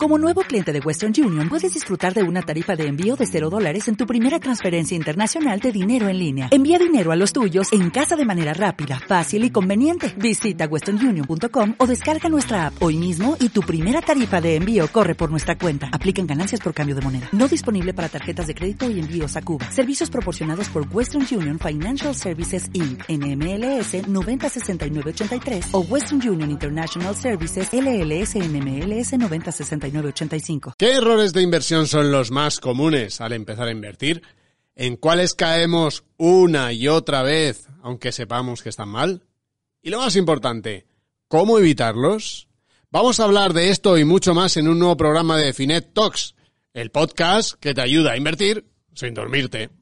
Como nuevo cliente de Western Union, puedes disfrutar de una tarifa de envío de $0 en tu primera transferencia internacional de dinero en línea. Envía dinero a los tuyos en casa de manera rápida, fácil y conveniente. Visita westernunion.com o descarga nuestra app hoy mismo y tu primera tarifa de envío corre por nuestra cuenta. Aplican ganancias por cambio de moneda. No disponible para tarjetas de crédito y envíos a Cuba. Servicios proporcionados por Western Union Financial Services Inc. NMLS 906983 o Western Union International Services LLS NMLS 906985. ¿Qué errores de inversión son los más comunes al empezar a invertir? ¿En cuáles caemos una y otra vez, aunque sepamos que están mal? Y lo más importante, ¿cómo evitarlos? Vamos a hablar de esto y mucho más en un nuevo programa de Finet Talks, el podcast que te ayuda a invertir sin dormirte.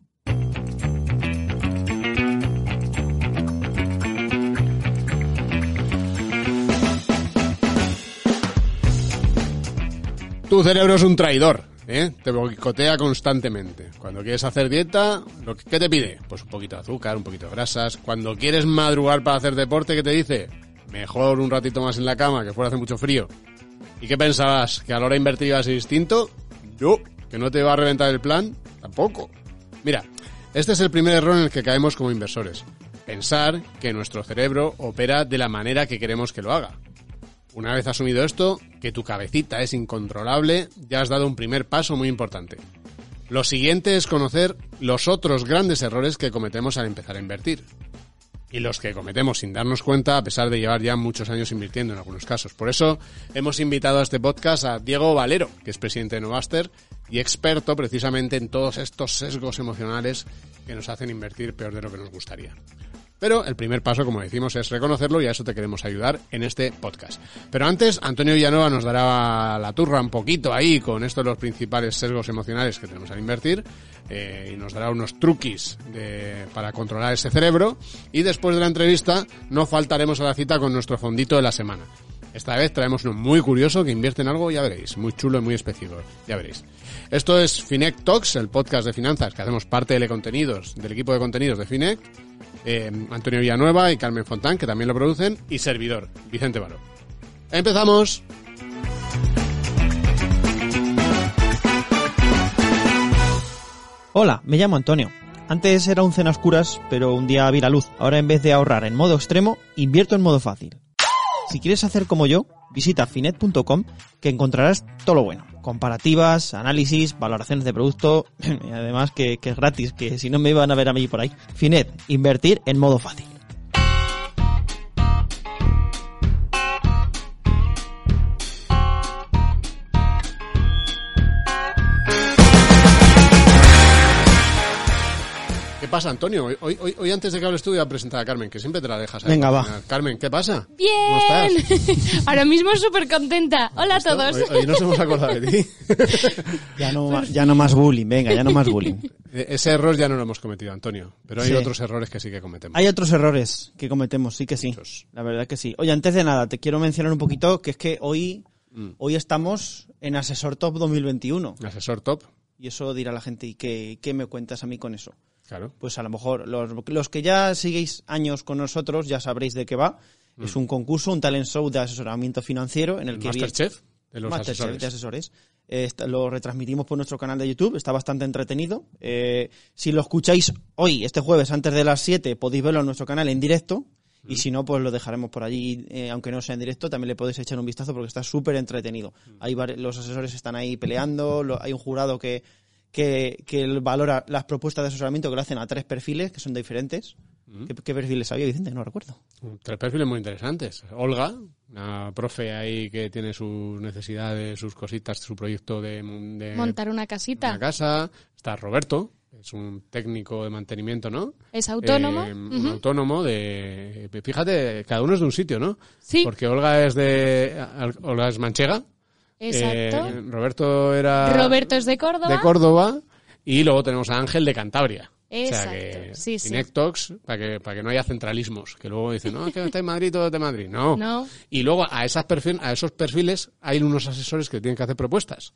Tu cerebro es un traidor, ¿eh? Te boicotea constantemente. Cuando quieres hacer dieta, ¿qué te pide? Pues un poquito de azúcar, un poquito de grasas. Cuando quieres madrugar para hacer deporte, ¿qué te dice? Mejor un ratito más en la cama, que fuera hace mucho frío. ¿Y qué pensabas? ¿Que a la hora de invertir iba a ser distinto? No. ¿Que no te va a reventar el plan? Tampoco. Mira, este es el primer error en el que caemos como inversores. Pensar que nuestro cerebro opera de la manera que queremos que lo haga. Una vez asumido esto, que tu cabecita es incontrolable, ya has dado un primer paso muy importante. Lo siguiente es conocer los otros grandes errores que cometemos al empezar a invertir. Y los que cometemos sin darnos cuenta, a pesar de llevar ya muchos años invirtiendo en algunos casos. Por eso hemos invitado a este podcast a Diego Valero, que es presidente de Novaster y experto precisamente en todos estos sesgos emocionales que nos hacen invertir peor de lo que nos gustaría. Pero el primer paso, como decimos, es reconocerlo y a eso te queremos ayudar en este podcast. Pero antes, Antonio Villanueva nos dará la turra un poquito ahí con esto de los principales sesgos emocionales que tenemos al invertir y nos dará unos truquis para controlar ese cerebro. Y después de la entrevista no faltaremos a la cita con nuestro fondito de la semana. Esta vez traemos uno muy curioso que invierte en algo, ya veréis, muy chulo y muy específico, ya veréis. Esto es Finet Talks, el podcast de finanzas que hacemos parte del equipo de contenidos de Finet. Antonio Villanueva y Carmen Fontán, que también lo producen, y servidor, Vicente Baró. ¡Empezamos! Hola, me llamo Antonio. Antes era un cena a oscuras, pero un día vi la luz. Ahora en vez de ahorrar en modo extremo, invierto en modo fácil. Si quieres hacer como yo, visita finet.com, que encontrarás todo lo bueno. Comparativas, análisis, valoraciones de producto, y además que es gratis, que si no me iban a ver a mí por ahí. Finet, invertir en modo fácil. ¿Qué pasa, Antonio? Hoy antes de que hables tú voy a presentar a Carmen, que siempre te la dejas ahí. Venga, va. Carmen, ¿qué pasa? ¡Bien! ¿Cómo estás? Ahora mismo súper contenta. Hola a todos. Hoy nos hemos acordado de ti. Ya no más bullying, venga, ya no más bullying. Ese error ya no lo hemos cometido, Antonio, pero hay otros errores que sí que cometemos. Hay otros errores que cometemos, sí que sí. Muchos. La verdad que sí. Oye, antes de nada, te quiero mencionar un poquito que es que hoy estamos en Asesor Top 2021. Asesor Top. Y eso dirá la gente, ¿y qué me cuentas a mí con eso? Claro. Pues a lo mejor los que ya seguís años con nosotros ya sabréis de qué va. Es un concurso, un talent show de asesoramiento financiero en el que Masterchef de los Masterchef de asesores. Lo retransmitimos por nuestro canal de YouTube, está bastante entretenido. Si lo escucháis hoy, este jueves, antes de las 7, podéis verlo en nuestro canal en directo. Y si no, pues lo dejaremos por allí, aunque no sea en directo, también le podéis echar un vistazo porque está súper entretenido. Los asesores están ahí peleando, hay un jurado que valora las propuestas de asesoramiento que le hacen a 3 perfiles que son diferentes. ¿Qué perfiles había, Vicente? No recuerdo. 3 perfiles muy interesantes. Olga, una profe ahí que tiene sus necesidades, sus cositas, su proyecto de montar una casita. Una casa. Está Roberto, es un técnico de mantenimiento, ¿no? Es autónomo. Un autónomo de... Fíjate, cada uno es de un sitio, ¿no? Sí. Porque Olga es manchega. Exacto. Roberto es de Córdoba. De Córdoba. Y luego tenemos a Ángel de Cantabria. Exacto. O sea que sí. Finet-Talks, para que no haya centralismos. Que luego dicen, no, es que está en Madrid, todo es de Madrid. No. No. Y luego a esos perfiles hay unos asesores que tienen que hacer propuestas.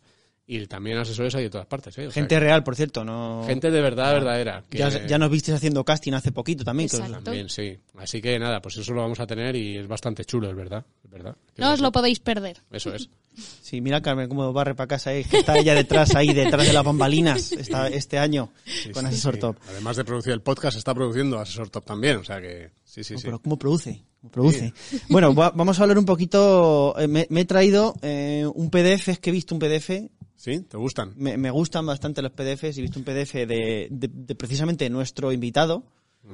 Y también asesores hay de todas partes, ¿eh? O sea, Gente real, por cierto, no... gente de verdad, verdadera. Que Ya nos visteis haciendo casting hace poquito también. Que Exacto. también, sí. Así que nada, pues eso lo vamos a tener y es bastante chulo, es verdad. No os lo podéis perder. Eso es. Sí, mira Carmen cómo barre para casa, que está ella detrás de las bambalinas este año con Asesor Top. Además de producir el podcast, está produciendo Asesor Top también, o sea que sí. Pero ¿cómo produce? Bueno, vamos a hablar un poquito. Me he traído un PDF, es que he visto un PDF. ¿Sí? ¿Te gustan? Me gustan bastante los PDFs. He visto un PDF de precisamente nuestro invitado,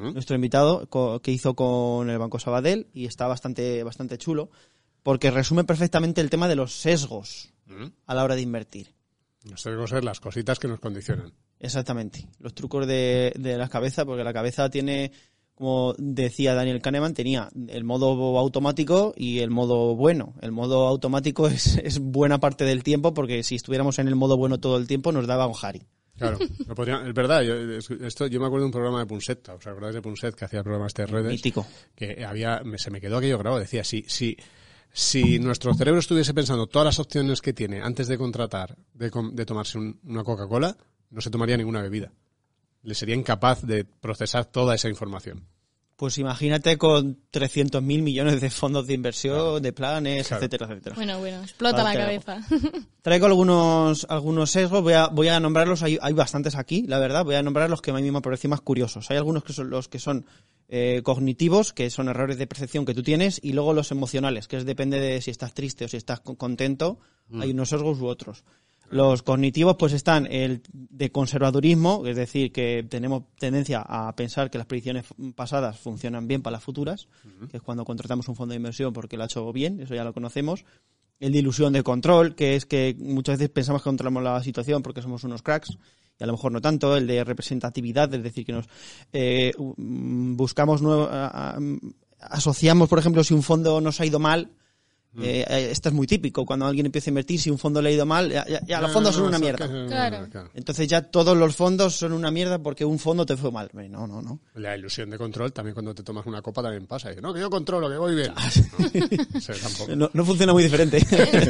que hizo con el Banco Sabadell, y está bastante chulo, porque resume perfectamente el tema de los sesgos a la hora de invertir. Los sesgos es las cositas que nos condicionan. Exactamente. Los trucos de la cabeza, porque la cabeza tiene, como decía Daniel Kahneman, tenía el modo automático y el modo bueno. El modo automático es buena parte del tiempo, porque si estuviéramos en el modo bueno todo el tiempo nos daba un jari. Claro, es verdad. Yo me acuerdo de un programa de Punset. ¿Os acordáis de Punset, que hacía programas de redes? Mítico. Que se me quedó aquello grabado. Decía, si nuestro cerebro estuviese pensando todas las opciones que tiene antes de contratar, de tomarse una Coca-Cola, no se tomaría ninguna bebida. Le sería incapaz de procesar toda esa información. Pues imagínate con 300.000 millones de fondos de inversión, de planes, etcétera. Bueno, explota la cabeza. Traigo algunos sesgos, voy a nombrarlos, hay bastantes aquí, la verdad, voy a nombrar los que a mí me parecen más curiosos. Hay algunos que son los que son cognitivos, que son errores de percepción que tú tienes, y luego los emocionales, que depende de si estás triste o si estás contento, hay unos sesgos u otros. Los cognitivos pues están el de conservadurismo, es decir, que tenemos tendencia a pensar que las predicciones pasadas funcionan bien para las futuras, que es cuando contratamos un fondo de inversión porque lo ha hecho bien, eso ya lo conocemos. El de ilusión de control, que es que muchas veces pensamos que controlamos la situación porque somos unos cracks, y a lo mejor no tanto. El de representatividad, es decir, que nos buscamos asociamos, por ejemplo, si un fondo nos ha ido mal. Esto es muy típico, cuando alguien empieza a invertir, si un fondo le ha ido mal, ya los fondos son una mierda. Claro. Entonces ya todos los fondos son una mierda porque un fondo te fue mal. No. La ilusión de control, también cuando te tomas una copa también pasa. No, que yo controlo, que voy bien. No funciona muy diferente.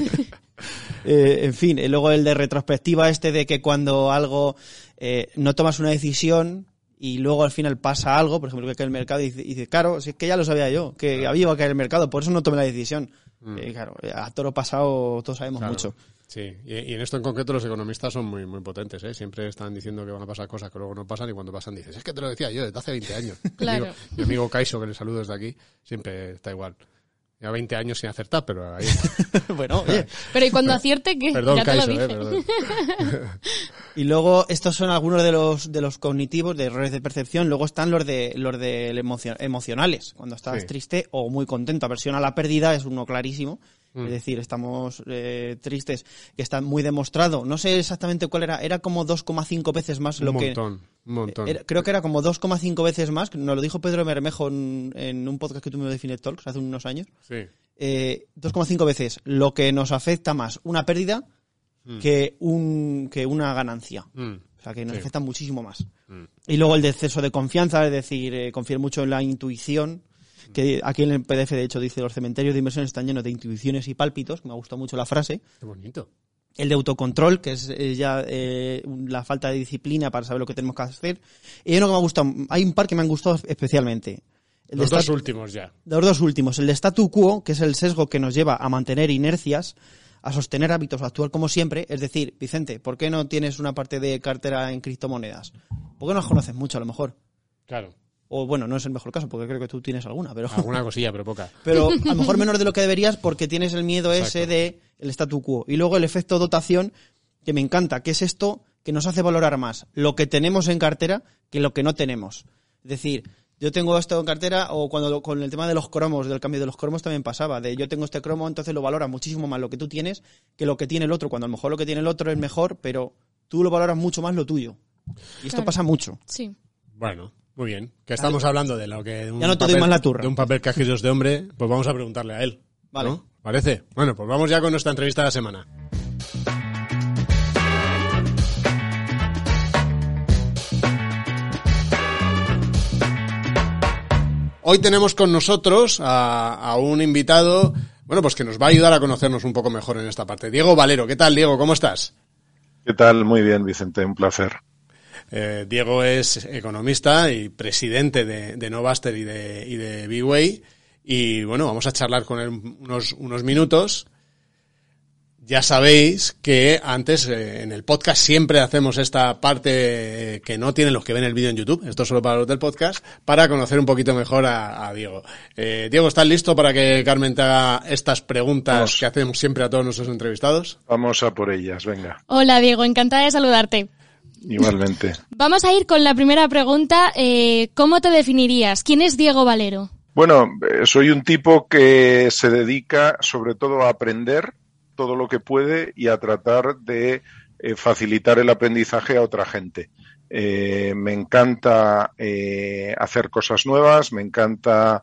En fin, luego el de retrospectiva, de que cuando algo no tomas una decisión y luego al final pasa algo, por ejemplo, que cae el mercado y dice, claro, si es que ya lo sabía yo, que iba a caer el mercado, por eso no tomé la decisión. Claro, a toro pasado todos sabemos mucho. Sí, y en esto en concreto los economistas son muy, muy potentes, ¿eh? Siempre están diciendo que van a pasar cosas que luego no pasan, y cuando pasan dices, es que te lo decía yo desde hace 20 años. Claro. Mi amigo Kaiso, que le saludo desde aquí, siempre está igual. Ya 20 años sin acertar, pero ahí... Bueno, oye. Pero ¿y cuando acierte qué? Perdón, ya te Kaiso, lo dije. perdón. Y luego estos son algunos de los cognitivos, de errores de percepción. Luego están los de emocionales, cuando estás triste o muy contento. Aversión a la pérdida es uno clarísimo. Es decir, estamos tristes, que está muy demostrado. No sé exactamente cuál era como 2,5 veces más lo que... Un montón. Creo que era como 2,5 veces más, nos lo dijo Pedro Bermejo en un podcast que tuvimos de Finet Talks hace unos años. Sí. 2,5 veces lo que nos afecta más una pérdida que una ganancia. O sea, que nos afecta muchísimo más. Y luego el de exceso de confianza, es decir, confiar mucho en la intuición. Que aquí en el PDF, de hecho, dice: los cementerios de inversión están llenos de intuiciones y pálpitos, que me ha gustado mucho la frase. Qué bonito. El de autocontrol, que es ya la falta de disciplina para saber lo que tenemos que hacer. Y hay uno que me ha gustado, hay un par que me han gustado especialmente. Los dos últimos ya. Los dos últimos. El de statu quo, que es el sesgo que nos lleva a mantener inercias, a sostener hábitos, a actuar como siempre. Es decir, Vicente, ¿por qué no tienes una parte de cartera en criptomonedas? Porque no las conoces mucho, a lo mejor. Claro. O bueno, no es el mejor caso, porque creo que tú tienes alguna, pero... Alguna cosilla, pero poca. Pero a lo mejor menor de lo que deberías, porque tienes el miedo ese de el statu quo. Y luego el efecto dotación, que me encanta, que es esto que nos hace valorar más lo que tenemos en cartera que lo que no tenemos. Es decir, yo tengo esto en cartera, o cuando con el tema de los cromos, del cambio de los cromos también pasaba, de yo tengo este cromo, entonces lo valora muchísimo más lo que tú tienes que lo que tiene el otro, cuando a lo mejor lo que tiene el otro es mejor, pero tú lo valoras mucho más lo tuyo. Y esto pasa mucho. Sí. Bueno, muy bien. Que estamos hablando de lo que... Ya no te doy más la turra. De un papel cajitos de hombre, pues vamos a preguntarle a él. Vale. ¿No? ¿Parece? Bueno, pues vamos ya con nuestra entrevista de la semana. Hoy tenemos con nosotros a un invitado, bueno, pues que nos va a ayudar a conocernos un poco mejor en esta parte. Diego Valero, ¿qué tal, Diego? ¿Cómo estás? ¿Qué tal? Muy bien, Vicente, un placer. Diego es economista y presidente de Novaster y de B-Way. Y bueno, vamos a charlar con él unos minutos. Ya sabéis que antes en el podcast siempre hacemos esta parte que no tienen los que ven el vídeo en YouTube, esto es solo para los del podcast, para conocer un poquito mejor a Diego. Diego, ¿estás listo para que Carmen te haga estas preguntas que hacemos siempre a todos nuestros entrevistados? Vamos a por ellas, venga. Hola Diego, encantada de saludarte. Igualmente. Vamos a ir con la primera pregunta. ¿Cómo te definirías? ¿Quién es Diego Valero? Bueno, soy un tipo que se dedica sobre todo a aprender todo lo que puede y a tratar de facilitar el aprendizaje a otra gente. Me encanta hacer cosas nuevas, me encanta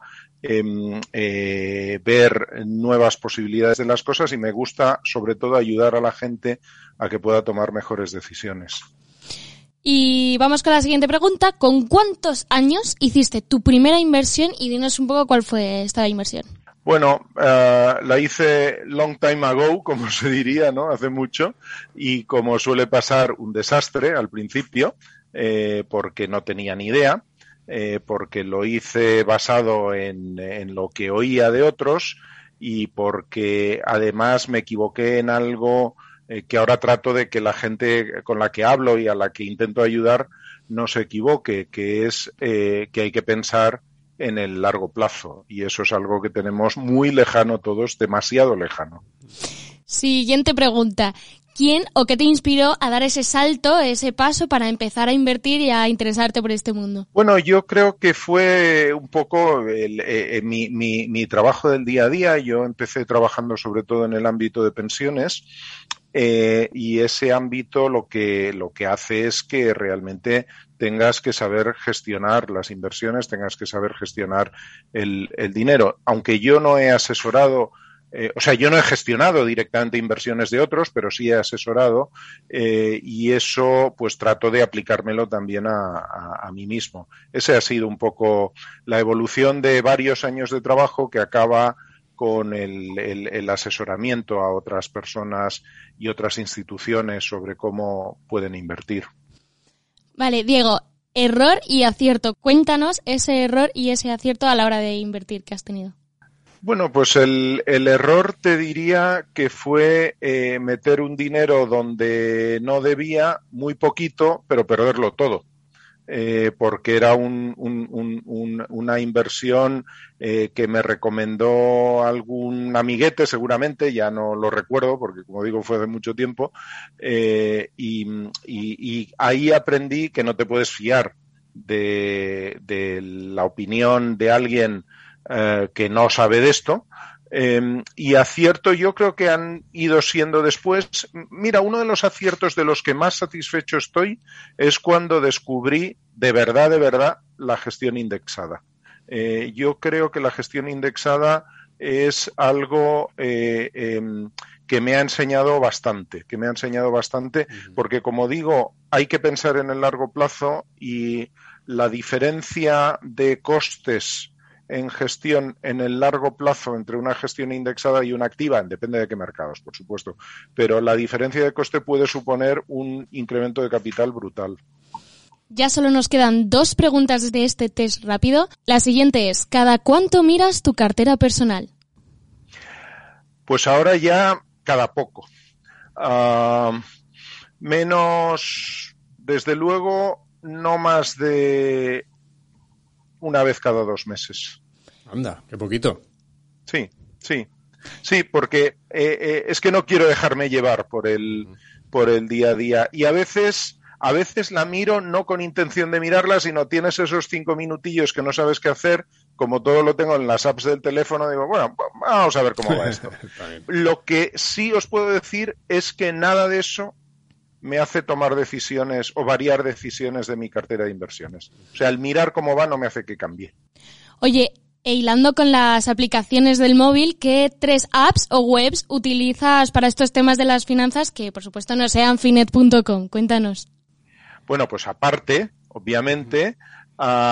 ver nuevas posibilidades de las cosas y me gusta sobre todo ayudar a la gente a que pueda tomar mejores decisiones. Y vamos con la siguiente pregunta. ¿Con cuántos años hiciste tu primera inversión? Y dinos un poco cuál fue esta inversión. Bueno, la hice long time ago, como se diría, ¿no? Hace mucho. Y como suele pasar, un desastre al principio, porque no tenía ni idea, porque lo hice basado en lo que oía de otros y porque además me equivoqué en algo que ahora trato de que la gente con la que hablo y a la que intento ayudar no se equivoque, que es que hay que pensar en el largo plazo, y eso es algo que tenemos muy lejano todos, demasiado lejano. Siguiente pregunta. ¿Quién o qué te inspiró a dar ese salto, ese paso para empezar a invertir y a interesarte por este mundo? Bueno, yo creo que fue un poco mi trabajo del día a día. Yo empecé trabajando sobre todo en el ámbito de pensiones y ese ámbito lo que hace es que realmente tengas que saber gestionar las inversiones, tengas que saber gestionar el dinero. Aunque yo no he asesorado, yo no he gestionado directamente inversiones de otros, pero sí he asesorado y eso pues trato de aplicármelo también a mí mismo. Ese ha sido un poco la evolución de varios años de trabajo que acaba con el asesoramiento a otras personas y otras instituciones sobre cómo pueden invertir. Vale, Diego, error y acierto. Cuéntanos ese error y ese acierto a la hora de invertir que has tenido. Bueno, pues el error te diría que fue meter un dinero donde no debía, muy poquito, pero perderlo todo. Porque era una inversión que me recomendó algún amiguete, seguramente, ya no lo recuerdo porque, como digo, fue hace mucho tiempo, y ahí aprendí que no te puedes fiar de la opinión de alguien que no sabe de esto. Y acierto yo creo que han ido siendo después. Mira, uno de los aciertos de los que más satisfecho estoy es cuando descubrí de verdad la gestión indexada. Yo creo que la gestión indexada es algo que me ha enseñado bastante, porque como digo, hay que pensar en el largo plazo y la diferencia de costes en gestión en el largo plazo entre una gestión indexada y una activa, depende de qué mercados, por supuesto, pero la diferencia de coste puede suponer un incremento de capital brutal. Ya solo nos quedan 2 preguntas de este test rápido. La siguiente es, ¿cada cuánto miras tu cartera personal? Pues ahora ya cada poco. Menos, desde luego, no más de una vez cada 2 meses. Anda, qué poquito. Sí, porque es que no quiero dejarme llevar por el día a día y a veces la miro no con intención de mirarla, sino tienes esos 5 minutillos que no sabes qué hacer, como todo lo tengo en las apps del teléfono, digo, bueno, vamos a ver cómo va esto. Lo que sí os puedo decir es que nada de eso me hace tomar decisiones o variar decisiones de mi cartera de inversiones. O sea, el mirar cómo va no me hace que cambie. Oye, e hilando con las aplicaciones del móvil, ¿qué 3 apps o webs utilizas para estos temas de las finanzas que, por supuesto, no sean finet.com? Cuéntanos. Bueno, pues aparte, obviamente,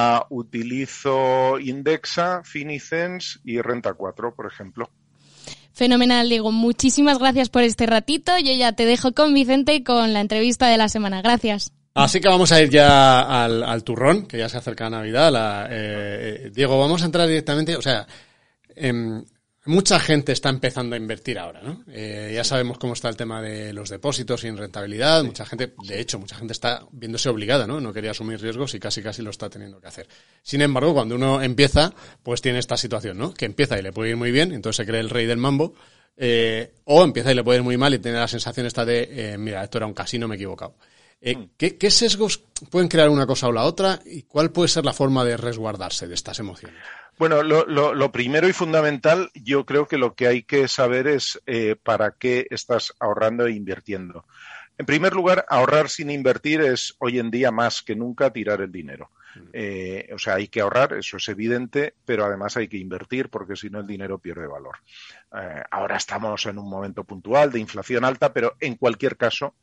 utilizo Indexa, Finicens y Renta 4, por ejemplo. Fenomenal, Diego. Muchísimas gracias por este ratito. Yo ya te dejo con Vicente con la entrevista de la semana. Gracias. Así que vamos a ir ya al turrón, que ya se acerca Navidad. Diego, vamos a entrar directamente, o sea, mucha gente está empezando a invertir ahora, ¿no? Ya sabemos cómo está el tema de los depósitos sin rentabilidad. Sí. Mucha gente está viéndose obligada, ¿no? No quería asumir riesgos y casi lo está teniendo que hacer. Sin embargo, cuando uno empieza, pues tiene esta situación, ¿no? Que empieza y le puede ir muy bien, entonces se cree el rey del mambo, o empieza y le puede ir muy mal y tiene la sensación esta de, mira, esto era un casino, me he equivocado. ¿Qué sesgos pueden crear una cosa o la otra y cuál puede ser la forma de resguardarse de estas emociones? Bueno, lo primero y fundamental, yo creo que lo que hay que saber es para qué estás ahorrando e invirtiendo. En primer lugar, ahorrar sin invertir es hoy en día más que nunca tirar el dinero. O sea, hay que ahorrar, eso es evidente, pero además hay que invertir porque si no el dinero pierde valor. Ahora estamos en un momento puntual de inflación alta, pero en cualquier caso,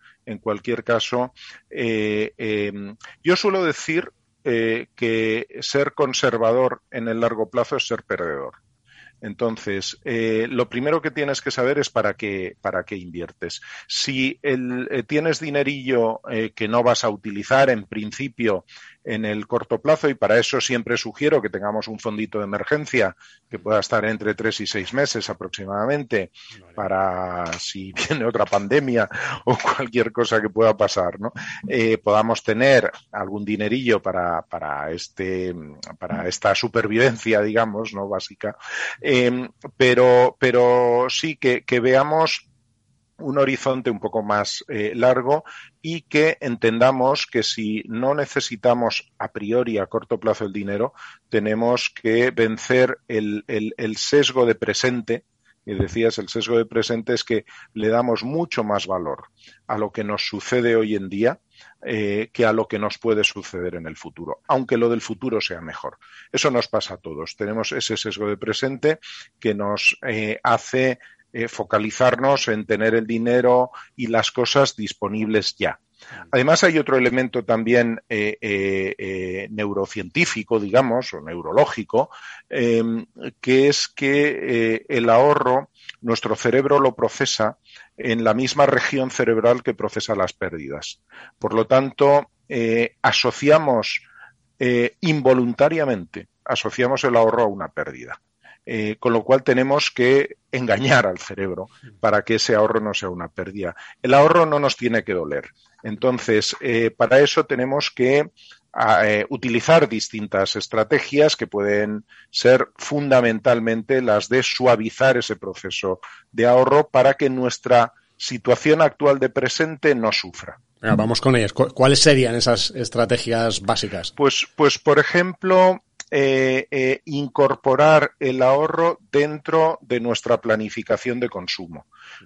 yo suelo decir que ser conservador en el largo plazo es ser perdedor. Entonces, lo primero que tienes que saber es para qué inviertes. Si tienes dinerillo que no vas a utilizar en principio en el corto plazo, y para eso siempre sugiero que tengamos un fondito de emergencia que pueda estar entre 3 y 6 meses aproximadamente, para si viene otra pandemia o cualquier cosa que pueda pasar, ¿no? Podamos tener algún dinerillo para esta supervivencia, digamos, ¿no? Básica. Pero sí que veamos un horizonte un poco más largo y que entendamos que si no necesitamos a priori a corto plazo el dinero, tenemos que vencer el sesgo de presente. Y decías, el sesgo de presente es que le damos mucho más valor a lo que nos sucede hoy en día que a lo que nos puede suceder en el futuro, aunque lo del futuro sea mejor. Eso nos pasa a todos. Tenemos ese sesgo de presente que nos hace focalizarnos en tener el dinero y las cosas disponibles ya. Además hay otro elemento también neurocientífico, digamos, o neurológico, que es que el ahorro, nuestro cerebro lo procesa en la misma región cerebral que procesa las pérdidas. Por lo tanto, asociamos involuntariamente, asociamos el ahorro a una pérdida. Con lo cual tenemos que engañar al cerebro para que ese ahorro no sea una pérdida. El ahorro no nos tiene que doler. Entonces, para eso tenemos que utilizar distintas estrategias que pueden ser fundamentalmente las de suavizar ese proceso de ahorro para que nuestra situación actual de presente no sufra. Venga, vamos con ellas. ¿Cuáles serían esas estrategias básicas? Pues por ejemplo, incorporar el ahorro dentro de nuestra planificación de consumo.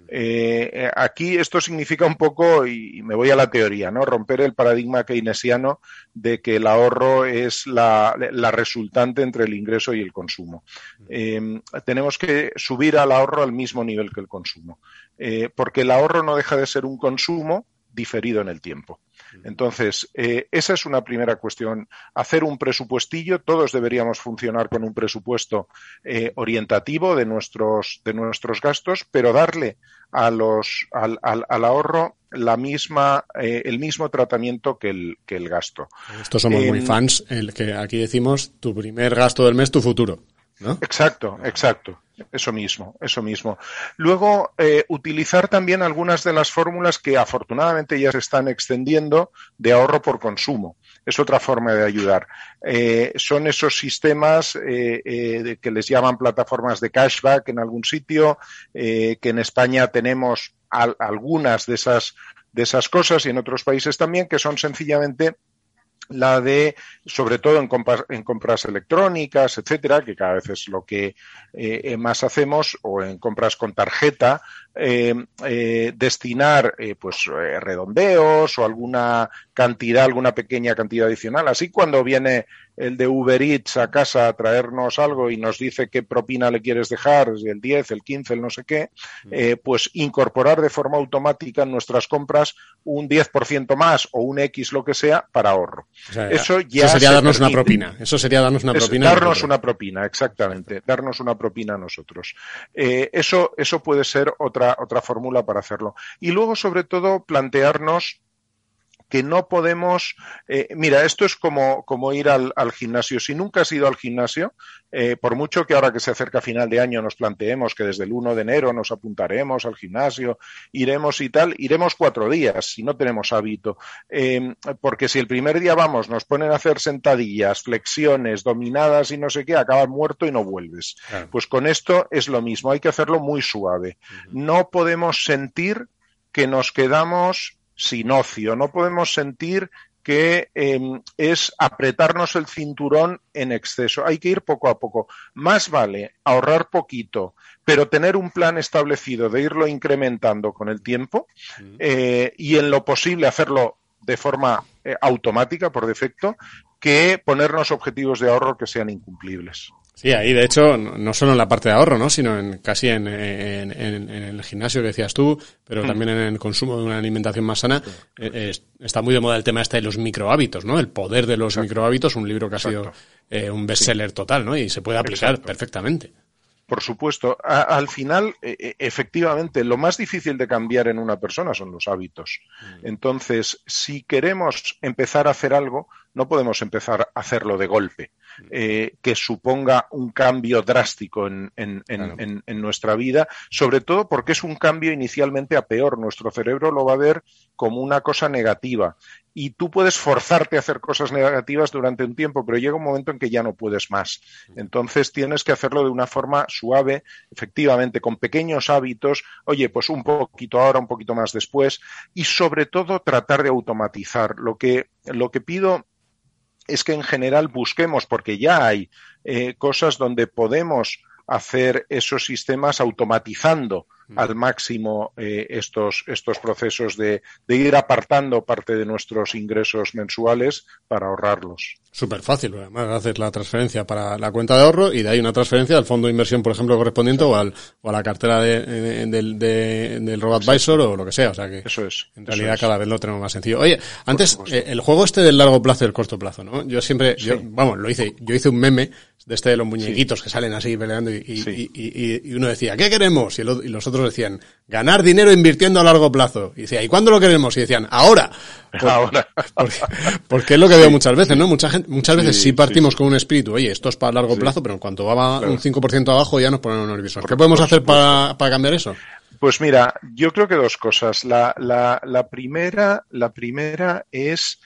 Aquí esto significa un poco, y me voy a la teoría, ¿no? Romper el paradigma keynesiano de que el ahorro es la resultante entre el ingreso y el consumo. Tenemos que subir al ahorro al mismo nivel que el consumo, porque el ahorro no deja de ser un consumo diferido en el tiempo. Entonces, esa es una primera cuestión. Hacer un presupuestillo, todos deberíamos funcionar con un presupuesto orientativo de nuestros gastos, pero darle al ahorro el mismo tratamiento que el gasto. Estos somos muy fans, el que aquí decimos tu primer gasto del mes, tu futuro, ¿no? Exacto. Eso mismo. Luego, utilizar también algunas de las fórmulas que afortunadamente ya se están extendiendo de ahorro por consumo. Es otra forma de ayudar. Son esos sistemas que les llaman plataformas de cashback en algún sitio, que en España tenemos algunas de esas cosas y en otros países también, que son sencillamente la de, sobre todo en compras electrónicas, etcétera, que cada vez es lo que más hacemos, o en compras con tarjeta, destinar redondeos o alguna pequeña cantidad adicional. Así cuando viene el de Uber Eats a casa a traernos algo y nos dice qué propina le quieres dejar, el 10, el 15, el no sé qué, pues incorporar de forma automática en nuestras compras un 10% más o un X lo que sea para ahorro. O sea, eso sería darnos una propina. Eso sería darnos una propina. Darnos una propina, exactamente. Darnos una propina a nosotros. Eso puede ser otra fórmula para hacerlo. Y luego, sobre todo, plantearnos que no podemos... mira, esto es como ir al gimnasio. Si nunca has ido al gimnasio, por mucho que ahora que se acerca final de año nos planteemos que desde el 1 de enero nos apuntaremos al gimnasio, iremos y tal, iremos 4 días si no tenemos hábito. Porque si el primer día vamos, nos ponen a hacer sentadillas, flexiones, dominadas y no sé qué, acabas muerto y no vuelves. Claro. Pues con esto es lo mismo, hay que hacerlo muy suave. No podemos sentir que nos quedamos sin ocio, no podemos sentir que es apretarnos el cinturón en exceso. Hay que ir poco a poco. Más vale ahorrar poquito, pero tener un plan establecido de irlo incrementando con el tiempo y en lo posible hacerlo de forma automática, por defecto, que ponernos objetivos de ahorro que sean incumplibles. Sí, ahí de hecho, no solo en la parte de ahorro, ¿no? Sino casi en el gimnasio que decías tú, pero también en el consumo de una alimentación más sana. Está muy de moda el tema de los microhábitos, ¿no? El poder de los microhábitos, un libro que ha sido un bestseller total, ¿no? Y se puede aplicar perfectamente. Por supuesto. Al final, efectivamente, lo más difícil de cambiar en una persona son los hábitos. Entonces, si queremos empezar a hacer algo, no podemos empezar a hacerlo de golpe, que suponga un cambio drástico en nuestra vida, sobre todo porque es un cambio inicialmente a peor. Nuestro cerebro lo va a ver como una cosa negativa. Y tú puedes forzarte a hacer cosas negativas durante un tiempo, pero llega un momento en que ya no puedes más. Entonces tienes que hacerlo de una forma suave, efectivamente, con pequeños hábitos. Oye, pues un poquito ahora, un poquito más después. Y sobre todo tratar de automatizar. Lo que pido es que en general busquemos, porque ya hay cosas donde podemos hacer esos sistemas automatizando al máximo estos procesos de ir apartando parte de nuestros ingresos mensuales para ahorrarlos. Súper fácil, además haces la transferencia para la cuenta de ahorro y de ahí una transferencia al fondo de inversión, por ejemplo, correspondiente o a la cartera del RoboAdvisor o lo que sea. O sea que eso es. En realidad cada vez lo tenemos más sencillo. Oye, antes, el juego del largo plazo y el corto plazo, ¿no? Yo siempre, yo hice un meme de los muñequitos que salen así peleando y uno decía, ¿qué queremos? Y los otros decían, ganar dinero invirtiendo a largo plazo. Y decía, ¿y cuándo lo queremos? Y decían, ahora. Ahora. Porque es lo que veo muchas veces, ¿no? Muchas veces sí partimos con un espíritu, oye, esto es para largo plazo, pero en cuanto va un 5% abajo ya nos ponemos nerviosos. ¿Qué podemos hacer para cambiar eso? Pues mira, yo creo que 2 cosas. La primera es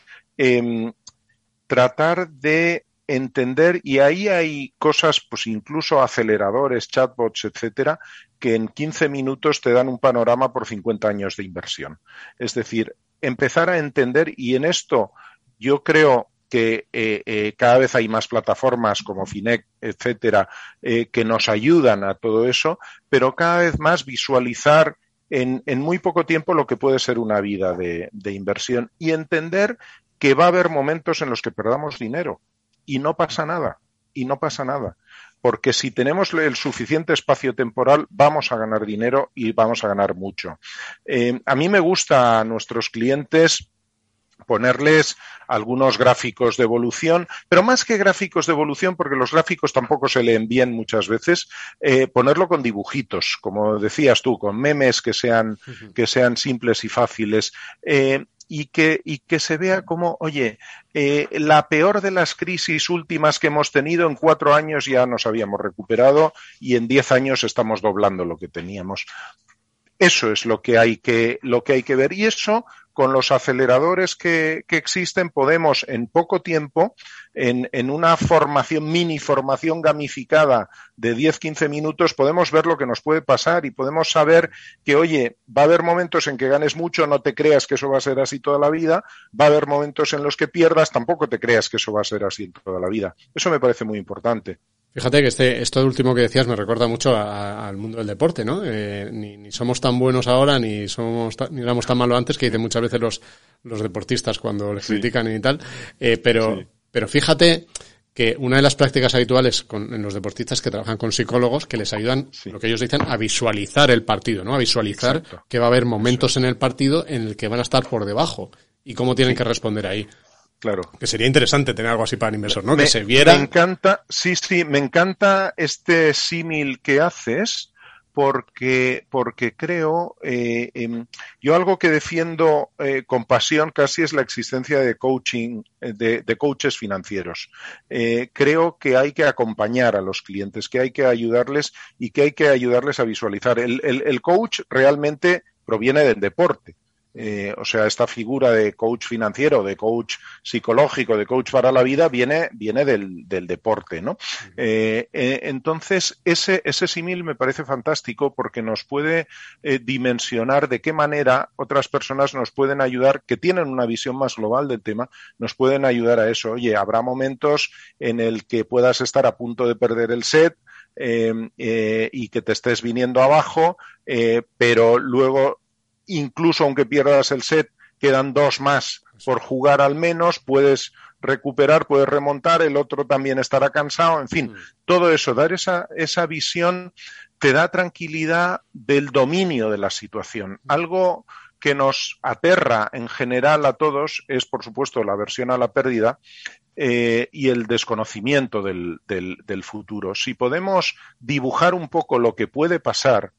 tratar de entender, y ahí hay cosas, pues incluso aceleradores, chatbots, etcétera, que en 15 minutos te dan un panorama por 50 años de inversión. Es decir, empezar a entender, y en esto yo creo que cada vez hay más plataformas como Finec, etcétera, que nos ayudan a todo eso, pero cada vez más visualizar en muy poco tiempo lo que puede ser una vida de inversión y entender que va a haber momentos en los que perdamos dinero. Y no pasa nada, porque si tenemos el suficiente espacio temporal vamos a ganar dinero y vamos a ganar mucho. A mí me gusta a nuestros clientes ponerles algunos gráficos de evolución, pero más que gráficos de evolución, porque los gráficos tampoco se leen bien muchas veces, ponerlo con dibujitos, como decías tú, con memes que sean simples y fáciles. Y que se vea como, oye, la peor de las crisis últimas que hemos tenido, en 4 años ya nos habíamos recuperado y en 10 años estamos doblando lo que teníamos. Eso es lo que hay que ver, y eso con los aceleradores que existen podemos en poco tiempo, en una mini formación gamificada de 10-15 minutos, podemos ver lo que nos puede pasar y podemos saber que, oye, va a haber momentos en que ganes mucho, no te creas que eso va a ser así toda la vida, va a haber momentos en los que pierdas, tampoco te creas que eso va a ser así toda la vida. Eso me parece muy importante. Fíjate que esto último que decías me recuerda mucho al mundo del deporte, ¿no? Ni somos tan buenos ahora, ni éramos tan malos antes, que dicen muchas veces los deportistas cuando les critican y tal. Pero fíjate que una de las prácticas habituales en los deportistas que trabajan con psicólogos, que les ayudan, lo que ellos dicen, a visualizar el partido, ¿no? A visualizar que va a haber momentos en el partido en el que van a estar por debajo y cómo tienen que responder ahí. Claro. Que sería interesante tener algo así para el inversor, ¿no? Que se viera. Me encanta, me encanta este símil que haces, porque creo, yo algo que defiendo con pasión casi es la existencia de coaching, de coaches financieros. Creo que hay que acompañar a los clientes, que hay que ayudarles y que hay que ayudarles a visualizar. El coach realmente proviene del deporte. O sea, esta figura de coach financiero, de coach psicológico, de coach para la vida viene del deporte, ¿no? Entonces, ese símil me parece fantástico porque nos puede dimensionar de qué manera otras personas nos pueden ayudar, que tienen una visión más global del tema, nos pueden ayudar a eso. Oye, habrá momentos en el que puedas estar a punto de perder el set, y que te estés viniendo abajo, pero luego, incluso aunque pierdas el set, quedan 2 más por jugar al menos, puedes recuperar, puedes remontar, el otro también estará cansado, en fin, todo eso, dar esa visión te da tranquilidad del dominio de la situación. Algo que nos aterra en general a todos es, por supuesto, la aversión a la pérdida y el desconocimiento del futuro. Si podemos dibujar un poco lo que puede pasar,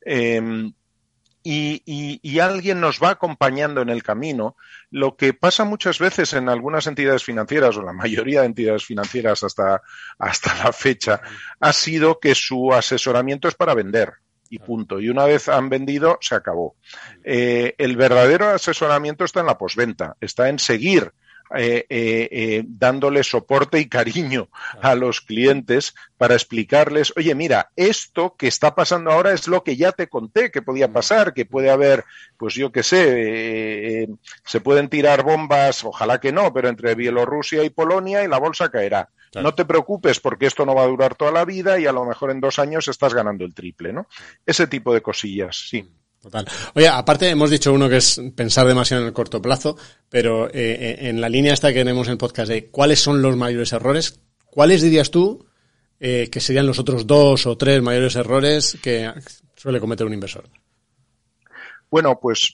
y alguien nos va acompañando en el camino, lo que pasa muchas veces en algunas entidades financieras, o la mayoría de entidades financieras hasta la fecha, ha sido que su asesoramiento es para vender. Y punto. Y una vez han vendido, se acabó. El verdadero asesoramiento está en la postventa, está en seguir dándole soporte y cariño a los clientes para explicarles, oye, mira, esto que está pasando ahora es lo que ya te conté que podía pasar, que puede haber, pues yo qué sé, se pueden tirar bombas, ojalá que no, pero entre Bielorrusia y Polonia y la bolsa caerá. Claro. No te preocupes porque esto no va a durar toda la vida y a lo mejor en 2 años estás ganando el triple, ¿no? Ese tipo de cosillas, sí. Total. Oye, aparte hemos dicho uno que es pensar demasiado en el corto plazo, pero en la línea esta que tenemos en el podcast de cuáles son los mayores errores, ¿cuáles dirías tú que serían los otros 2 o 3 mayores errores que suele cometer un inversor? Bueno, pues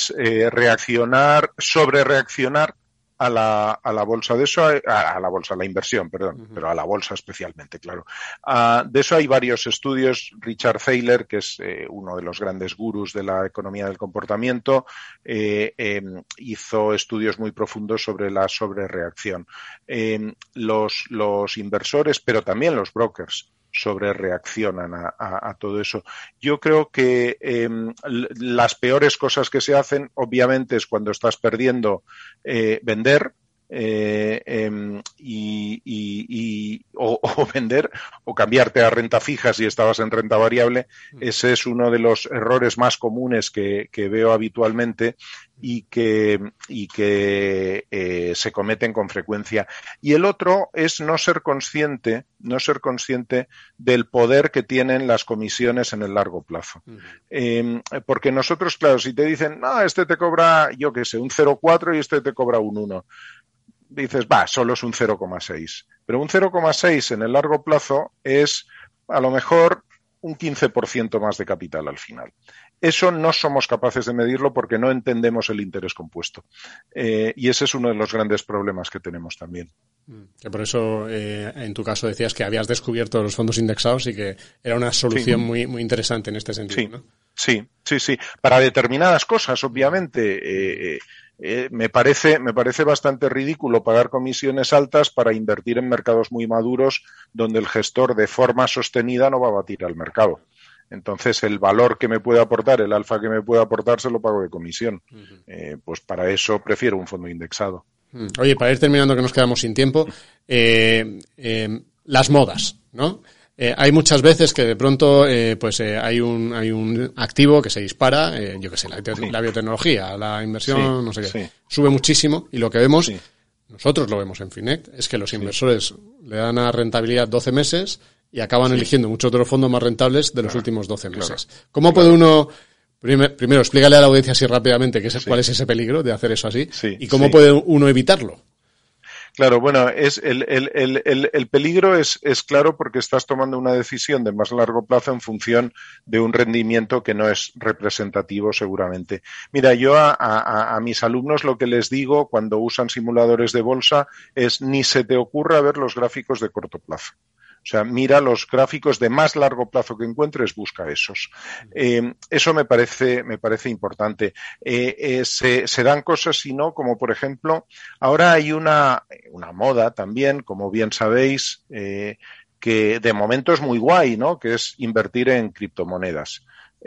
sobrereaccionar a la bolsa. De eso a la inversión, perdón, pero a la bolsa especialmente, claro. De eso hay varios estudios. Richard Thaler, que es uno de los grandes gurús de la economía del comportamiento, hizo estudios muy profundos sobre la sobrereacción. Los inversores, pero también los brokers, sobrereaccionan a todo eso. Yo creo que las peores cosas que se hacen, obviamente, es cuando estás perdiendo, vender, o vender o cambiarte a renta fija si estabas en renta variable. Ese es uno de los errores más comunes que veo habitualmente y que se cometen con frecuencia. Y el otro es no ser consciente del poder que tienen las comisiones en el largo plazo. Porque nosotros, claro, si te dicen, no, este te cobra, yo qué sé, un 0,4 y este te cobra un 1. Dices, solo es un 0,6. Pero un 0,6 en el largo plazo es, a lo mejor, un 15% más de capital al final. Eso no somos capaces de medirlo porque no entendemos el interés compuesto. Y ese es uno de los grandes problemas que tenemos también. Que por eso, en tu caso, decías que habías descubierto los fondos indexados y que era una solución muy, muy interesante en este sentido, ¿no? Sí. Para determinadas cosas, obviamente, me parece bastante ridículo pagar comisiones altas para invertir en mercados muy maduros donde el gestor de forma sostenida no va a batir al mercado. Entonces, el valor que me puede aportar, el alfa que me puede aportar, se lo pago de comisión. Pues para eso prefiero un fondo indexado. Oye, para ir terminando, que nos quedamos sin tiempo, las modas, ¿no? Hay muchas veces que de pronto hay un activo que se dispara, yo qué sé, la biotecnología, la inversión, no sé qué, sube muchísimo y lo que vemos nosotros lo vemos en Finet, es que los inversores le dan a rentabilidad 12 meses y acaban eligiendo muchos de los fondos más rentables de los últimos 12 meses. ¿Cómo puede uno... Primero, explícale a la audiencia así rápidamente cuál es ese peligro de hacer eso así y cómo puede uno evitarlo. Claro, bueno, el peligro es claro porque estás tomando una decisión de más largo plazo en función de un rendimiento que no es representativo seguramente. Mira, yo a mis alumnos lo que les digo cuando usan simuladores de bolsa es ni se te ocurra ver los gráficos de corto plazo. O sea, mira los gráficos de más largo plazo que encuentres, busca esos. Eso me parece importante. Se dan cosas, si no, como por ejemplo, ahora hay una moda también, como bien sabéis, que de momento es muy guay, ¿no? Que es invertir en criptomonedas.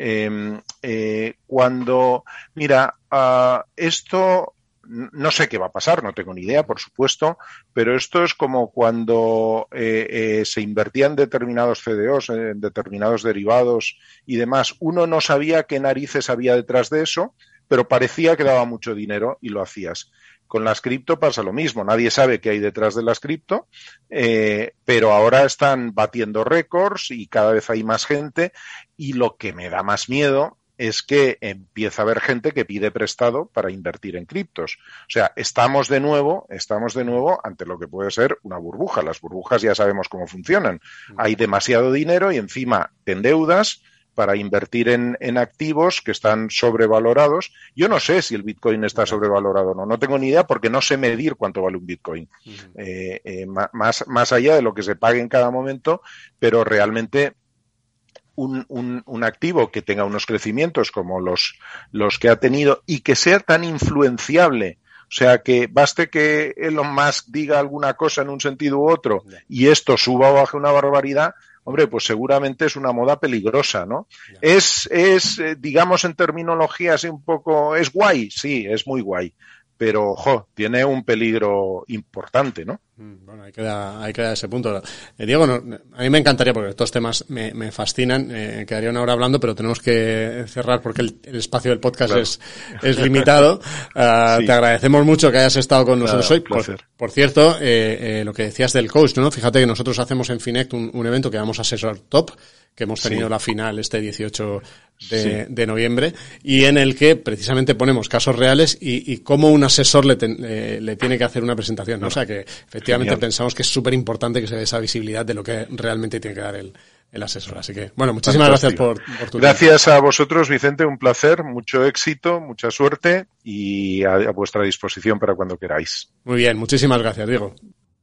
Esto... No sé qué va a pasar, no tengo ni idea, por supuesto, pero esto es como cuando se invertía en determinados CDOs, en determinados derivados y demás. Uno no sabía qué narices había detrás de eso, pero parecía que daba mucho dinero y lo hacías. Con las cripto pasa lo mismo, nadie sabe qué hay detrás de las cripto, pero ahora están batiendo récords y cada vez hay más gente y lo que me da más miedo es que empieza a haber gente que pide prestado para invertir en criptos. O sea, estamos de nuevo ante lo que puede ser una burbuja. Las burbujas ya sabemos cómo funcionan. Hay demasiado dinero y encima te endeudas para invertir en activos que están sobrevalorados. Yo no sé si el Bitcoin está sobrevalorado o no. No tengo ni idea porque no sé medir cuánto vale un Bitcoin. Más allá de lo que se pague en cada momento, pero realmente un activo que tenga unos crecimientos como los que ha tenido y que sea tan influenciable, o sea, que baste que Elon Musk diga alguna cosa en un sentido u otro y esto suba o baje una barbaridad, hombre, pues seguramente es una moda peligrosa, ¿no? Es digamos en terminología así un poco, es guay, sí, es muy guay. Pero, tiene un peligro importante, ¿no? Bueno, ahí queda ese punto. Diego, a mí me encantaría, porque estos temas me fascinan, quedaría una hora hablando, pero tenemos que cerrar porque el espacio del podcast es limitado. Sí. Te agradecemos mucho que hayas estado con nosotros hoy. Por cierto, lo que decías del coach, ¿no? Fíjate que nosotros hacemos en Finect un evento que llamamos Asesor Top, que hemos tenido la final este 18 de noviembre, y en el que precisamente ponemos casos reales y cómo un asesor le tiene que hacer una presentación, ¿no? O sea que efectivamente pensamos que es súper importante que se dé esa visibilidad de lo que realmente tiene que dar el asesor. Así que, bueno, muchísimas gracias por tu Gracias tiempo. A vosotros, Vicente, un placer, mucho éxito, mucha suerte y a vuestra disposición para cuando queráis. Muy bien, muchísimas gracias, Diego.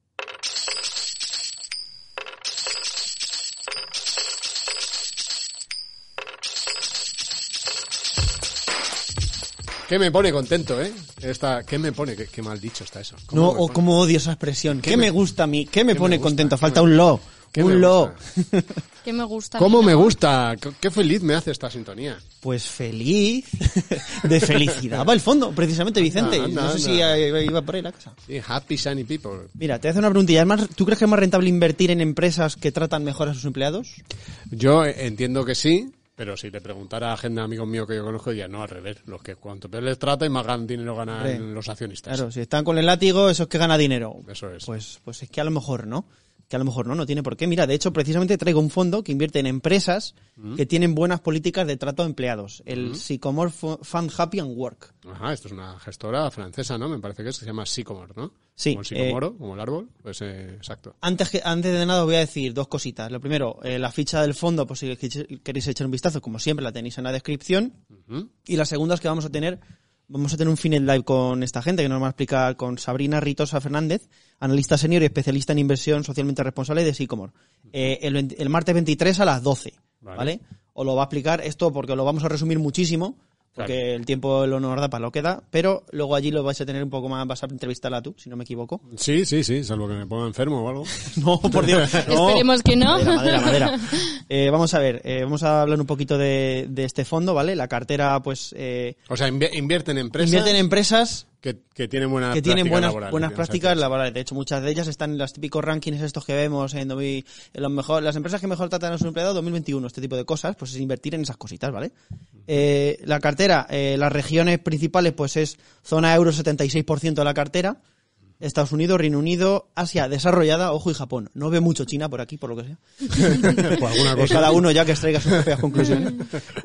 ¿Qué me pone contento, ¿Qué me pone? Qué mal dicho está eso. ¿Cómo odio esa expresión? ¿Qué me gusta a mí? ¿Qué me pone contento? Falta un lo. Un lo. ¿Qué me gusta? ¿Cómo me gusta? Qué feliz me hace esta sintonía. Pues feliz. De felicidad va el fondo, precisamente, Vicente. No sé si iba por ahí la cosa. Sí, happy, shiny people. Mira, te voy a hacer una preguntilla. ¿Tú crees que es más rentable invertir en empresas que tratan mejor a sus empleados? Yo entiendo que sí. Pero si te preguntara a gente de amigos míos que yo conozco, diría, no, al revés. Los que cuanto peor les trata y más dinero ganan los accionistas. Claro, si están con el látigo, eso es que gana dinero. Eso es. Pues es que a lo mejor no. Que a lo mejor no tiene por qué. Mira, de hecho, precisamente traigo un fondo que invierte en empresas que tienen buenas políticas de trato a empleados. El Sycomore Fund Happy and Work. Ajá, esto es una gestora francesa, ¿no? Me parece que se llama Sycomore, ¿no? Sí. Como el sicomoro, como el árbol. Pues exacto. Antes de nada os voy a decir dos cositas. Lo primero, la ficha del fondo, pues si queréis echar un vistazo, como siempre, la tenéis en la descripción. Y la segunda es que vamos a tener un Finet Live con esta gente que nos va a explicar, con Sabrina Ritosa Fernández, analista senior y especialista en inversión socialmente responsable de Sycomore. El martes 23 a las 12, ¿vale? Os lo va a explicar esto porque lo vamos a resumir muchísimo, porque el tiempo lo nos da para lo que da, pero luego allí lo vais a tener un poco más, vas a entrevistarla tú, si no me equivoco. Sí, salvo que me ponga enfermo o algo. No, por Dios. No. Esperemos que no. Madera. Vamos a ver, vamos a hablar un poquito de este fondo, ¿vale? La cartera, pues... o sea, invierten en empresas... Invierten en empresas... Que tienen buenas prácticas laborales. De hecho, muchas de ellas están en los típicos rankings estos que vemos en las empresas que mejor tratan a sus empleados 2021, este tipo de cosas, pues es invertir en esas cositas, ¿vale? La cartera, las regiones principales, pues es zona euro 76% de la cartera, Estados Unidos, Reino Unido, Asia desarrollada, ojo, y Japón. No ve mucho China por aquí, por lo que sea. Por alguna cosa. Cada uno ya que extraiga sus propias conclusiones.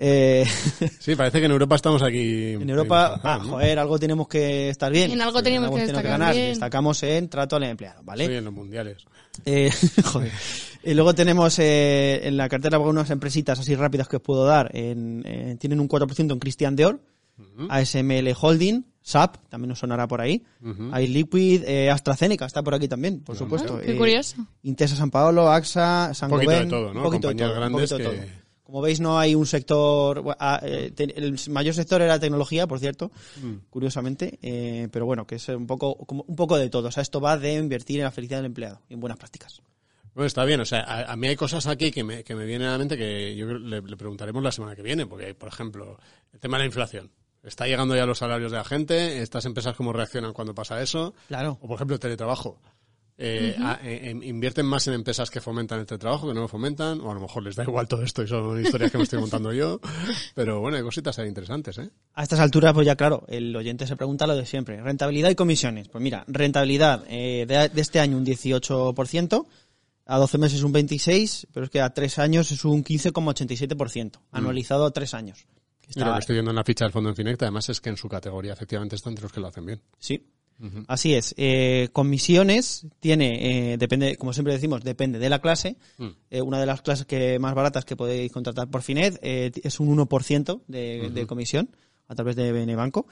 Sí, parece que en Europa estamos aquí. En Europa, ¿no? joder, algo tenemos que estar bien. En algo tenemos que destacar ganar. bien. Destacamos en trato al empleado, ¿vale? Sí, en los mundiales. Joder. Y luego tenemos en la cartera algunas empresitas así rápidas que os puedo dar. Tienen un 4% en Christian Dior, ASML Holding, SAP, también nos sonará por ahí. Hay Liquid, AstraZeneca está por aquí también, por supuesto. Qué curioso. Intesa San Paolo, AXA, San Un poquito Gobain, de todo, ¿no? un poquito Compañías de todo, grandes un poquito de que... todo. Como veis, no hay un sector... el mayor sector era tecnología, por cierto, curiosamente, pero bueno, que es un poco de todo. O sea, esto va de invertir en la felicidad del empleado y en buenas prácticas. Bueno, está bien. O sea, a mí hay cosas aquí que me vienen a la mente que yo creo le preguntaremos la semana que viene, porque, por ejemplo, el tema de la inflación. Está llegando ya los salarios de la gente, estas empresas cómo reaccionan cuando pasa eso. Claro. O, por ejemplo, el teletrabajo. ¿Invierten más en empresas que fomentan el teletrabajo, que no lo fomentan? O a lo mejor les da igual todo esto y son historias que me estoy contando yo. Pero bueno, hay cositas ahí interesantes, ¿eh? A estas alturas, pues ya claro, el oyente se pregunta lo de siempre. Rentabilidad y comisiones. Pues mira, rentabilidad de este año un 18%, a 12 meses un 26%, pero es que a 3 años es un 15,87%, anualizado a 3 años. Y lo que estoy viendo en la ficha del fondo Infinect, además, es que en su categoría efectivamente están entre los que lo hacen bien. Sí. Así es. Comisiones tiene, depende, como siempre decimos, depende de la clase. Una de las clases más baratas que podéis contratar por Finet es un 1% de comisión a través de BN Banco.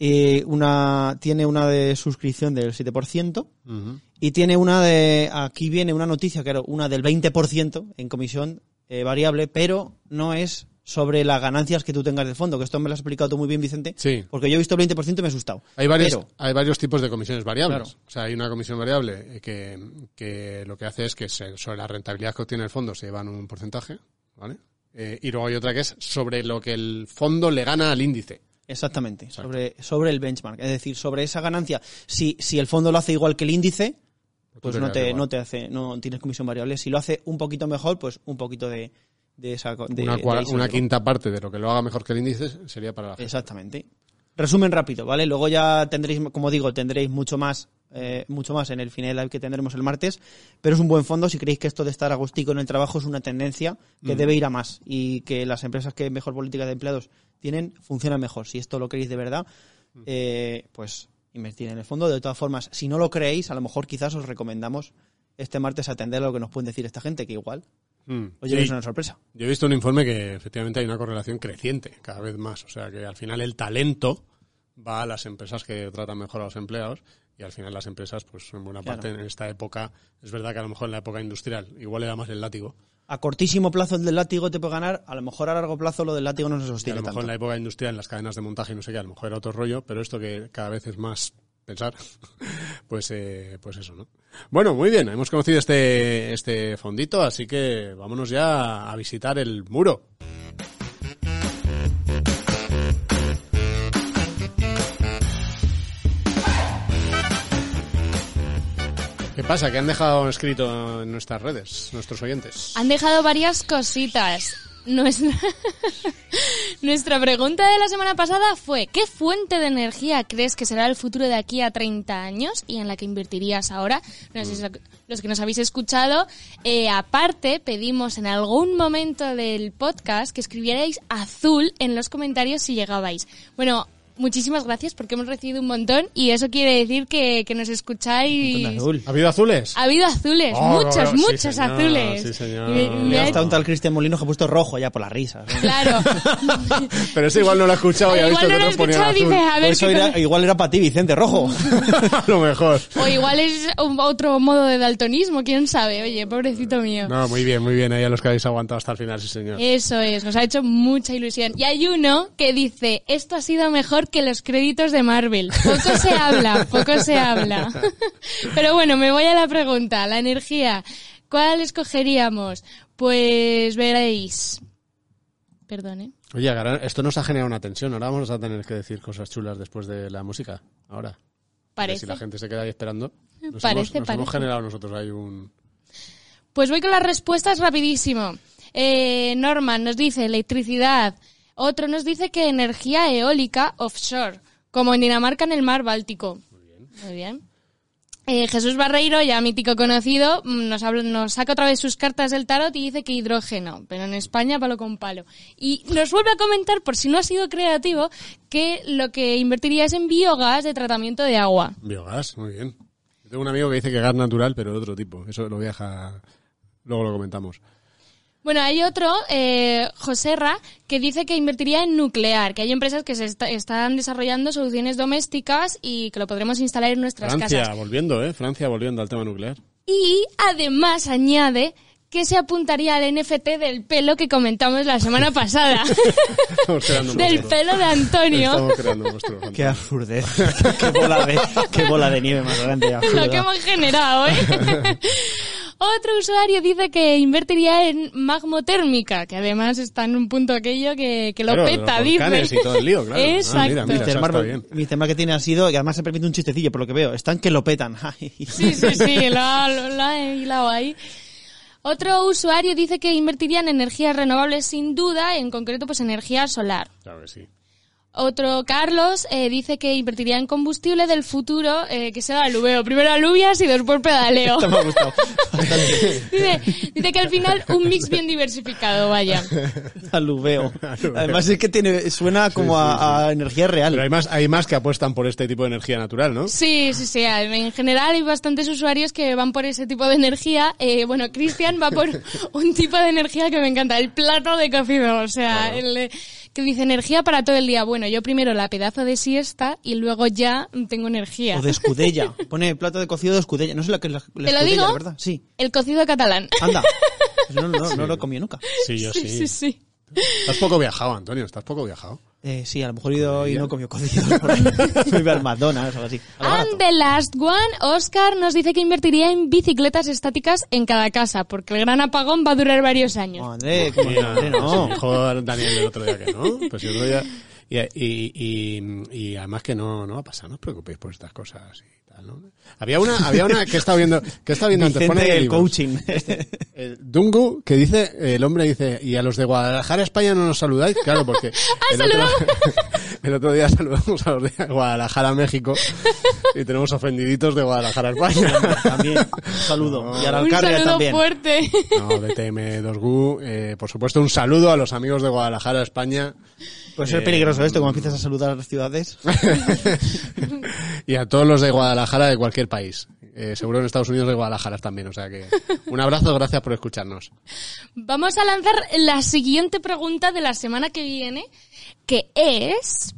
Tiene una de suscripción del 7% y tiene aquí viene una noticia que era una del 20% en comisión variable, pero no es sobre las ganancias que tú tengas del fondo, que esto me lo has explicado tú muy bien, Vicente, sí. Porque yo he visto el 20% y me he asustado. Hay varios tipos de comisiones variables. Claro. O sea, hay una comisión variable que lo que hace es que sobre la rentabilidad que obtiene el fondo se llevan un porcentaje, ¿vale? Y luego hay otra que es sobre lo que el fondo le gana al índice. Exactamente, sobre el benchmark, es decir, sobre esa ganancia. Si el fondo lo hace igual que el índice, pues no tienes comisión variable. Si lo hace un poquito mejor, pues un poquito de una quinta parte de lo que lo haga mejor que el índice sería para la gente. Exactamente. Resumen rápido, ¿vale? Luego ya tendréis, como digo, mucho más en el Finet Live que tendremos el martes, pero es un buen fondo si creéis que esto de estar agustico en el trabajo es una tendencia que debe ir a más y que las empresas que mejor política de empleados tienen funcionan mejor. Si esto lo queréis de verdad, pues invertir en el fondo. De todas formas, si no lo creéis, a lo mejor quizás os recomendamos este martes atender a lo que nos pueden decir esta gente, que igual oye, es una sorpresa. Yo he visto un informe que efectivamente hay una correlación creciente cada vez más. O sea, que al final el talento va a las empresas que tratan mejor a los empleados y al final las empresas, pues en buena parte en esta época, es verdad que a lo mejor en la época industrial igual era más el látigo. A cortísimo plazo el del látigo te puede ganar, a lo mejor a largo plazo lo del látigo no se sostiene tanto. A lo mejor en la época industrial, en las cadenas de montaje y no sé qué, a lo mejor era otro rollo, pero esto que cada vez es más pensar, pues eso, ¿no? Bueno, muy bien, hemos conocido este fondito, así que vámonos ya a visitar el muro. ¿Qué pasa? ¿Qué han dejado escrito en nuestras redes, nuestros oyentes? Han dejado varias cositas. Nuestra pregunta de la semana pasada fue: ¿qué fuente de energía crees que será el futuro de aquí a 30 años y en la que invertirías ahora? No sé si los que nos habéis escuchado. Aparte, pedimos en algún momento del podcast que escribierais azul en los comentarios si llegabais. Bueno, muchísimas gracias porque hemos recibido un montón y eso quiere decir que nos escucháis. ¿Ha habido azules? Ha habido azules, muchos sí, señor, azules. Sí, señor. Me ha estado un tal Cristian Molino que ha puesto rojo ya por las risas, ¿no? Claro. Pero eso igual no lo ha escuchado y ha visto que otros ponían azul. Dice, a ver, eso igual era para ti, Vicente, rojo. A lo mejor. O igual es otro modo de daltonismo, quién sabe. Oye, pobrecito mío. No, muy bien, ahí a los que habéis aguantado hasta el final, sí señor. Eso es, nos ha hecho mucha ilusión. Y hay uno que dice: esto ha sido mejor que los créditos de Marvel. Poco se habla. Pero bueno, me voy a la pregunta. La energía, ¿cuál escogeríamos? Pues veréis. Perdone. Oye, esto nos ha generado una tensión. Ahora vamos a tener que decir cosas chulas después de la música. Ahora. Parece. Si la gente se queda ahí esperando. Nos Parece. hemos generado nosotros ahí un... Pues voy con las respuestas rapidísimo. Norman nos dice electricidad. Otro nos dice que energía eólica offshore, como en Dinamarca en el mar Báltico. Muy bien. Jesús Barreiro, ya mítico conocido, nos saca otra vez sus cartas del tarot y dice que hidrógeno, pero en España palo con palo. Y nos vuelve a comentar, por si no ha sido creativo, que lo que invertiría es en biogás de tratamiento de agua. Biogás, muy bien. Yo tengo un amigo que dice que gas natural, pero de otro tipo. Eso lo viaja, luego lo comentamos. Bueno, hay otro, Joserra, que dice que invertiría en nuclear, que hay empresas que se están desarrollando soluciones domésticas y que lo podremos instalar en nuestras casas. Francia volviendo al tema nuclear. Y además añade que se apuntaría al NFT del pelo que comentamos la semana pasada. Del pelo de Antonio. Estamos creando monstruos. Antonio. Qué absurdez. qué bola de nieve más grande. Lo que hemos generado, ¿eh? Otro usuario dice que invertiría en magmotérmica, que además está en un punto aquello que lo peta, dice. Y todo el lío, claro. Exacto. Mira, eso está bien. Mr. Marketing ha sido, y además se permite un chistecillo, por lo que veo, están que lo petan. Sí, lo ha hilado ahí. Otro usuario dice que invertiría en energías renovables sin duda, en concreto pues energía solar. Claro que sí. Otro, Carlos, dice que invertiría en combustible del futuro, que será aluveo. Primero alubias y después pedaleo. Esto me ha gustado. Dice que al final un mix bien diversificado, vaya. Aluveo. Además es que suena como a energía real. Pero hay más que apuestan por este tipo de energía natural, ¿no? Sí. En general hay bastantes usuarios que van por ese tipo de energía. Bueno, Cristian va por un tipo de energía que me encanta, el plato de cocido. O sea, claro. Que dice energía para todo el día. Bueno, yo primero la pedazo de siesta y luego ya tengo energía. O de escudella. Pone plato de cocido de escudella. No sé lo que es la ¿Te lo digo? ¿Verdad? Sí. El cocido catalán. Anda. No lo he comido nunca. Sí, yo sí. Sí. Estás poco viajado, Antonio. Estás poco viajado. Sí, a lo mejor he ido y no he comido cocido. Me iba al McDonald's o algo así. And the last one, Oscar nos dice que invertiría en bicicletas estáticas en cada casa, porque el gran apagón va a durar varios años. André, no. Mejor Daniel el otro día que no. Pues el otro día... Y además que no va a pasar, no os preocupéis por estas cosas y tal, ¿no? Había una que estaba viendo antes, pone el coaching. El Dungu, que dice, el hombre dice, y a los de Guadalajara, España no nos saludáis, claro, porque el otro día saludamos a los de Guadalajara, México, y tenemos ofendiditos de Guadalajara, España. También, un saludo. Y a la un saludo también. Fuerte. No, DTM2GU, por supuesto un saludo a los amigos de Guadalajara, España. Puede ser peligroso esto, cuando empiezas a saludar a las ciudades. Y a todos los de Guadalajara de cualquier país. Seguro en Estados Unidos de Guadalajara también, o sea que un abrazo, gracias por escucharnos. Vamos a lanzar la siguiente pregunta de la semana que viene, que es...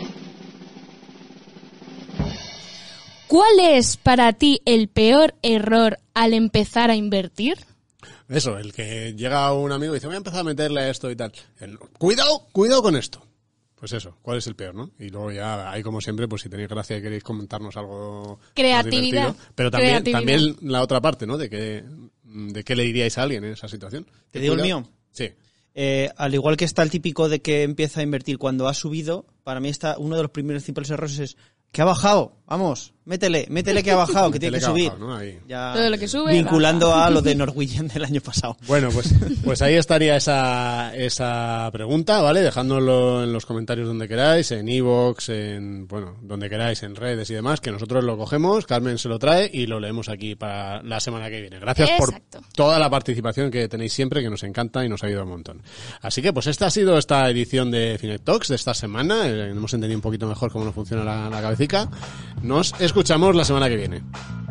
¿Cuál es para ti el peor error al empezar a invertir? Eso, el que llega un amigo y dice, voy a empezar a meterle a esto y tal. Cuidado con esto. Pues eso, ¿cuál es el peor, no? Y luego ya, ahí como siempre, pues si tenéis gracia y queréis comentarnos algo creatividad. Pero también la otra parte, ¿no? De qué le diríais a alguien en esa situación. ¿Te digo el mío? Sí. Al igual que está el típico de que empieza a invertir cuando ha subido, para mí está uno de los primeros simples errores es que ha bajado, vamos, métele que ha bajado, que tiene que subir. Bajado, ¿no? Ahí. Ya, todo lo que sube. Vinculando a lo de Norwegian del año pasado. Bueno, pues ahí estaría esa pregunta, ¿vale? Dejádnoslo en los comentarios donde queráis, en iVoox, donde queráis, en redes y demás, que nosotros lo cogemos, Carmen se lo trae y lo leemos aquí para la semana que viene. Gracias Exacto. por toda la participación que tenéis siempre, que nos encanta y nos ayuda un montón. Así que, pues esta ha sido esta edición de Finet Talks de esta semana. Hemos entendido un poquito mejor cómo nos funciona la cabecita. Nos escuchamos la semana que viene.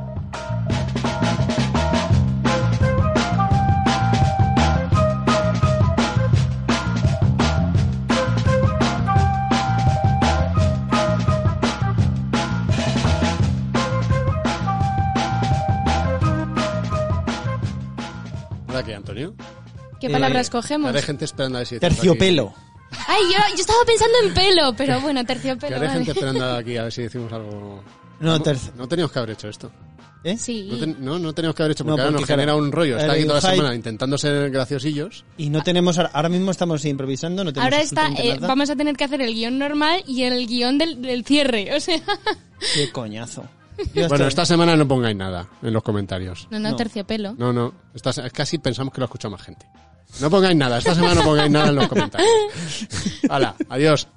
¿Verdad que, Antonio? ¿Qué palabras cogemos? Hay gente esperando a ver si... Terciopelo. Ay, yo estaba pensando en pelo, pero bueno, terciopelo. Que hay gente esperando aquí a ver si decimos algo... No teníamos que haber hecho esto. Sí. No teníamos que haber hecho, porque ahora nos genera un rollo. Está aquí toda la semana intentando ser graciosillos. Y no tenemos, ahora mismo estamos improvisando, no tenemos ahora vamos a tener que hacer el guión normal y el guión del cierre, o sea... Qué coñazo. Bueno, esta semana no pongáis nada en los comentarios. No, terciopelo. No. Casi pensamos que lo ha escuchado más gente. No pongáis nada, esta semana no pongáis nada en los comentarios. Hala, adiós.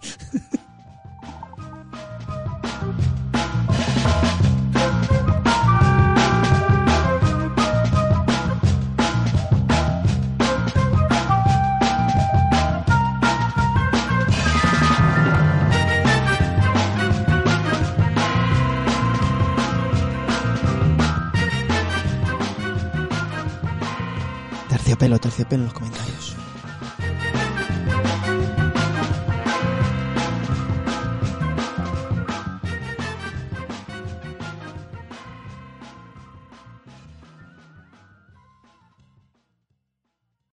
Terciopelo en los comentarios.